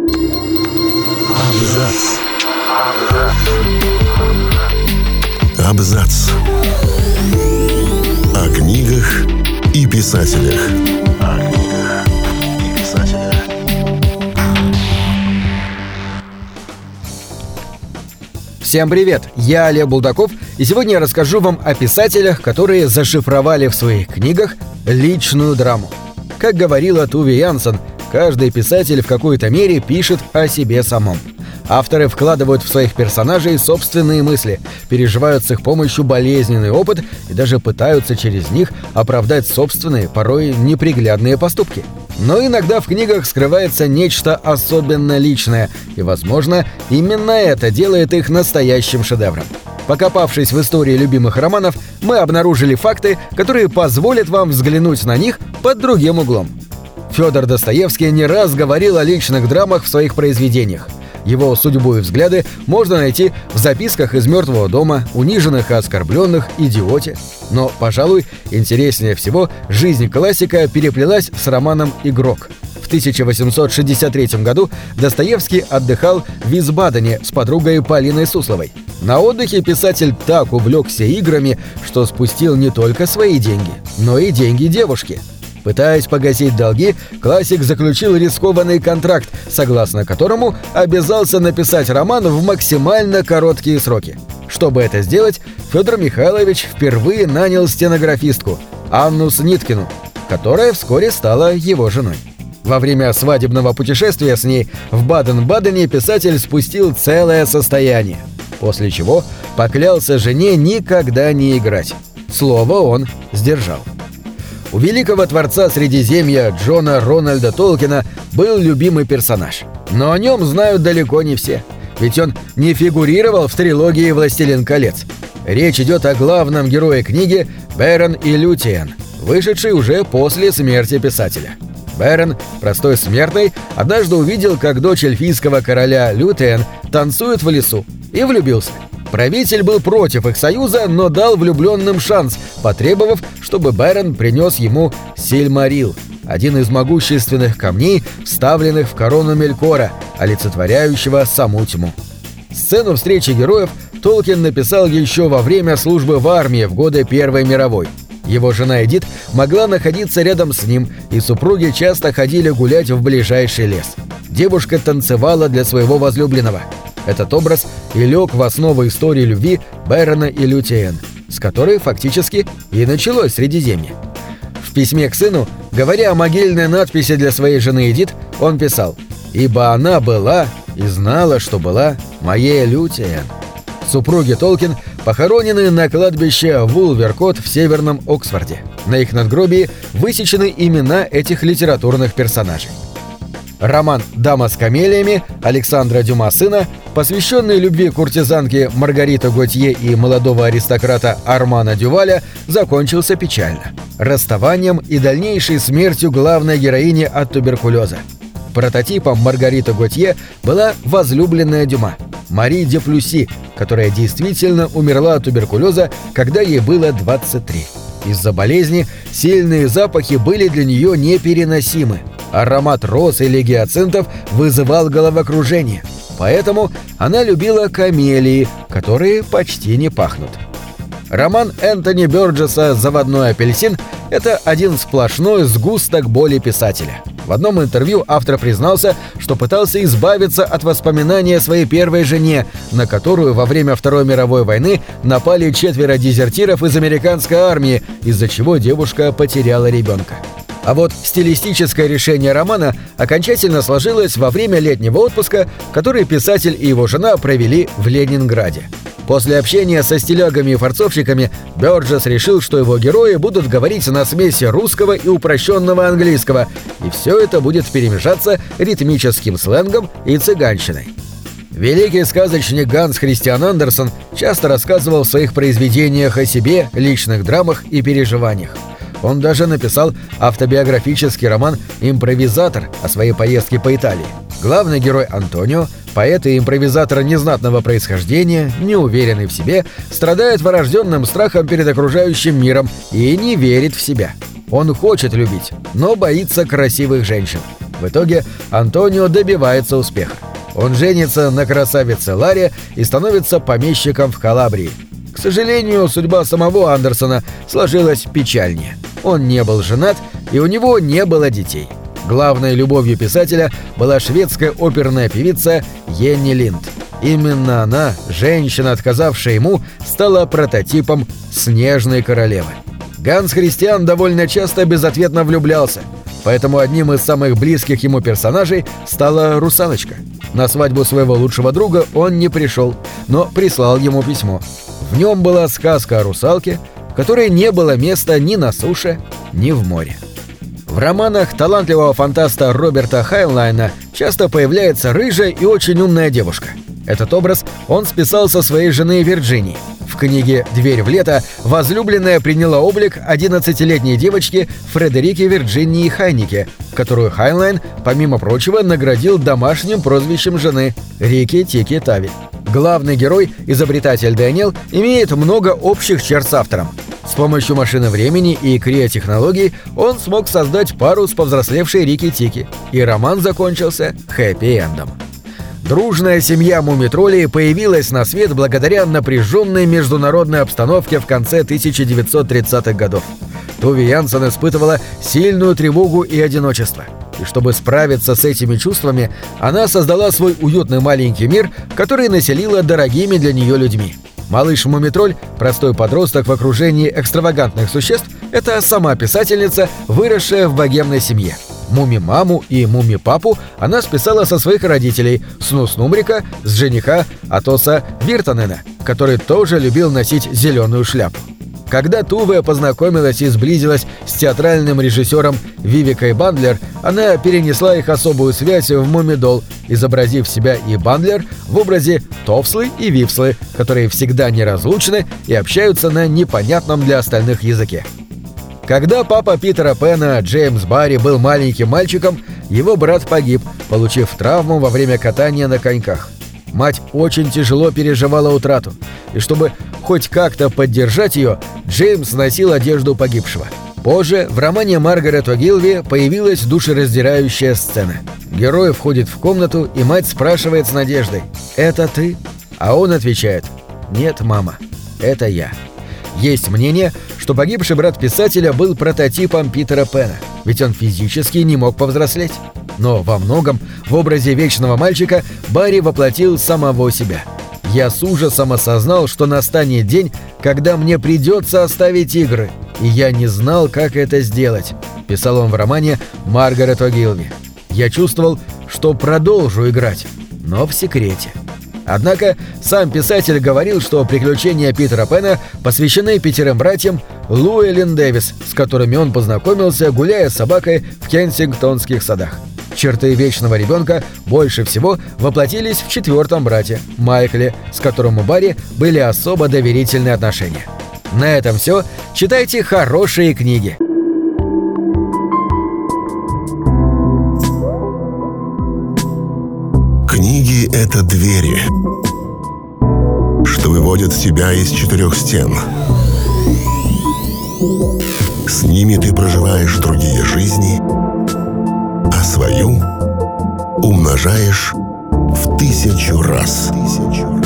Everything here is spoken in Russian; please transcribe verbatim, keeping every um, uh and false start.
Абзац. Абзац. О книгах и писателях. О книгах и писателях. Всем привет! Я Олег Булдаков, и сегодня я расскажу вам о писателях, которые зашифровали в своих книгах личную драму. Как говорила Туве Янсен, каждый писатель в какой-то мере пишет о себе самом. Авторы вкладывают в своих персонажей собственные мысли, переживают с их помощью болезненный опыт и даже пытаются через них оправдать собственные, порой неприглядные поступки. Но иногда в книгах скрывается нечто особенно личное, и, возможно, именно это делает их настоящим шедевром. Покопавшись в истории любимых романов, мы обнаружили факты, которые позволят вам взглянуть на них под другим углом. Фёдор Достоевский не раз говорил о личных драмах в своих произведениях. Его судьбу и взгляды можно найти в записках из «Мертвого дома», «Униженных и оскорбленных», «Идиоте». Но, пожалуй, интереснее всего жизнь классика переплелась с романом «Игрок». В тысяча восемьсот шестьдесят третьем году Достоевский отдыхал в Висбадене с подругой Полиной Сусловой. На отдыхе писатель так увлекся играми, что спустил не только свои деньги, но и деньги девушки. Пытаясь погасить долги, классик заключил рискованный контракт, согласно которому обязался написать роман в максимально короткие сроки. Чтобы это сделать, Федор Михайлович впервые нанял стенографистку Анну Сниткину, которая вскоре стала его женой. Во время свадебного путешествия с ней в Баден-Бадене писатель спустил целое состояние, после чего поклялся жене никогда не играть. Слово он сдержал. У великого творца Средиземья Джона Рональда Толкина был любимый персонаж. Но о нем знают далеко не все. Ведь он не фигурировал в трилогии «Властелин колец». Речь идет о главном герое книги Берен и Лютиен, вышедшей уже после смерти писателя. Берен, простой смертный, однажды увидел, как дочь эльфийского короля Лютиен танцует в лесу, и влюбился. Правитель был против их союза, но дал влюбленным шанс, потребовав, чтобы Берен принес ему Сильмарил, один из могущественных камней, вставленных в корону Мелькора, олицетворяющего саму тьму. Сцену встречи героев Толкин написал еще во время службы в армии в годы Первой мировой. Его жена Эдит могла находиться рядом с ним, и супруги часто ходили гулять в ближайший лес. Девушка танцевала для своего возлюбленного. Этот образ и лег в основу истории любви Берена и Лютиен, с которой фактически и началось Средиземье. В письме к сыну, говоря о могильной надписи для своей жены Эдит, он писал: «Ибо она была и знала, что была моей Лютиен». Супруги Толкин похоронены на кладбище Вулверкот в Северном Оксфорде. На их надгробии высечены имена этих литературных персонажей. Роман «Дама с камелиями» Александра Дюма сына, посвященный любви куртизанки Маргариты Готье и молодого аристократа Армана Дюваля, закончился печально – расставанием и дальнейшей смертью главной героини от туберкулеза. Прототипом Маргариты Готье была возлюбленная Дюма – Мари де Плюси, которая действительно умерла от туберкулеза, когда ей было двадцать три. Из-за болезни сильные запахи были для нее непереносимы. Аромат роз или гиацинтов вызывал головокружение. Поэтому она любила камелии, которые почти не пахнут. Роман Энтони Бёрджесса «Заводной апельсин» — это один сплошной сгусток боли писателя. В одном интервью автор признался, что пытался избавиться от воспоминаний о своей первой жене, на которую во время Второй мировой войны напали четверо дезертиров из американской армии, из-за чего девушка потеряла ребенка. А вот стилистическое решение романа окончательно сложилось во время летнего отпуска, который писатель и его жена провели в Ленинграде. После общения со стилягами и форцовщиками Бёрджесс решил, что его герои будут говорить на смеси русского и упрощенного английского, и все это будет перемежаться ритмическим сленгом и цыганщиной. Великий сказочник Ганс Христиан Андерсен часто рассказывал в своих произведениях о себе, личных драмах и переживаниях. Он даже написал автобиографический роман «Импровизатор» о своей поездке по Италии. Главный герой Антонио, поэт и импровизатор незнатного происхождения, неуверенный в себе, страдает врожденным страхом перед окружающим миром и не верит в себя. Он хочет любить, но боится красивых женщин. В итоге Антонио добивается успеха. Он женится на красавице Ларе и становится помещиком в Калабрии. К сожалению, судьба самого Андерсона сложилась печальнее. Он не был женат, и у него не было детей. Главной любовью писателя была шведская оперная певица Йенни Линд. Именно она, женщина, отказавшая ему, стала прототипом снежной королевы. Ганс Христиан довольно часто безответно влюблялся, поэтому одним из самых близких ему персонажей стала русалочка. На свадьбу своего лучшего друга он не пришел, но прислал ему письмо. В нем была сказка о русалке, которой не было места ни на суше, ни в море. В романах талантливого фантаста Роберта Хайнлайна часто появляется рыжая и очень умная девушка. Этот образ он списал со своей жены Вирджинии. В книге «Дверь в лето» возлюбленная приняла облик одиннадцатилетней девочки Фредерики Вирджинии Хайнике, которую Хайнлайн, помимо прочего, наградил домашним прозвищем жены – Рики Тики Тави. Главный герой, изобретатель Дэниел, имеет много общих черт с автором. С помощью машины времени и криотехнологий он смог создать пару с повзрослевшей Рики Тики, и роман закончился хэппи-эндом. Дружная семья мумитроллей появилась на свет благодаря напряженной международной обстановке в конце тысяча девятьсот тридцатых годов. Туве Янсен испытывала сильную тревогу и одиночество. И чтобы справиться с этими чувствами, она создала свой уютный маленький мир, который населила дорогими для нее людьми. Малыш Мумитроль, простой подросток в окружении экстравагантных существ, это сама писательница, выросшая в богемной семье. Муми-маму и Муми-папу она списала со своих родителей, Снус-Нумрика, с жениха Атоса Виртанена, который тоже любил носить зеленую шляпу. Когда Туве познакомилась и сблизилась с театральным режиссером Вивикой Бандлер, она перенесла их особую связь в Мумидол, изобразив себя и Бандлер в образе Товслы и Вивслы, которые всегда неразлучны и общаются на непонятном для остальных языке. Когда папа Питера Пэна, Джеймс Барри, был маленьким мальчиком, его брат погиб, получив травму во время катания на коньках. Мать очень тяжело переживала утрату, и чтобы хоть как-то поддержать ее, Джеймс носил одежду погибшего. Позже в романе Маргарет О'Гилви появилась душераздирающая сцена. Герой входит в комнату, и мать спрашивает с надеждой: «Это ты?» А он отвечает: «Нет, мама, это я». Есть мнение, что погибший брат писателя был прототипом Питера Пэна, ведь он физически не мог повзрослеть. Но во многом в образе вечного мальчика Барри воплотил самого себя. «Я с ужасом осознал, что настанет день, когда мне придется оставить игры, и я не знал, как это сделать», — писал он в романе Маргарет О'Гилви. «Я чувствовал, что продолжу играть, но в секрете». Однако сам писатель говорил, что приключения Питера Пэна посвящены пятерым братьям Луэлин Дэвис, с которыми он познакомился, гуляя с собакой в кенсингтонских садах. Черты вечного ребенка больше всего воплотились в четвертом брате, Майкле, с которым у Барри были особо доверительные отношения. На этом все. Читайте хорошие книги. Книги — это двери, что выводят тебя из четырех стен. С ними ты проживаешь другие жизни, а свою умножаешь в тысячу раз. Тысячу.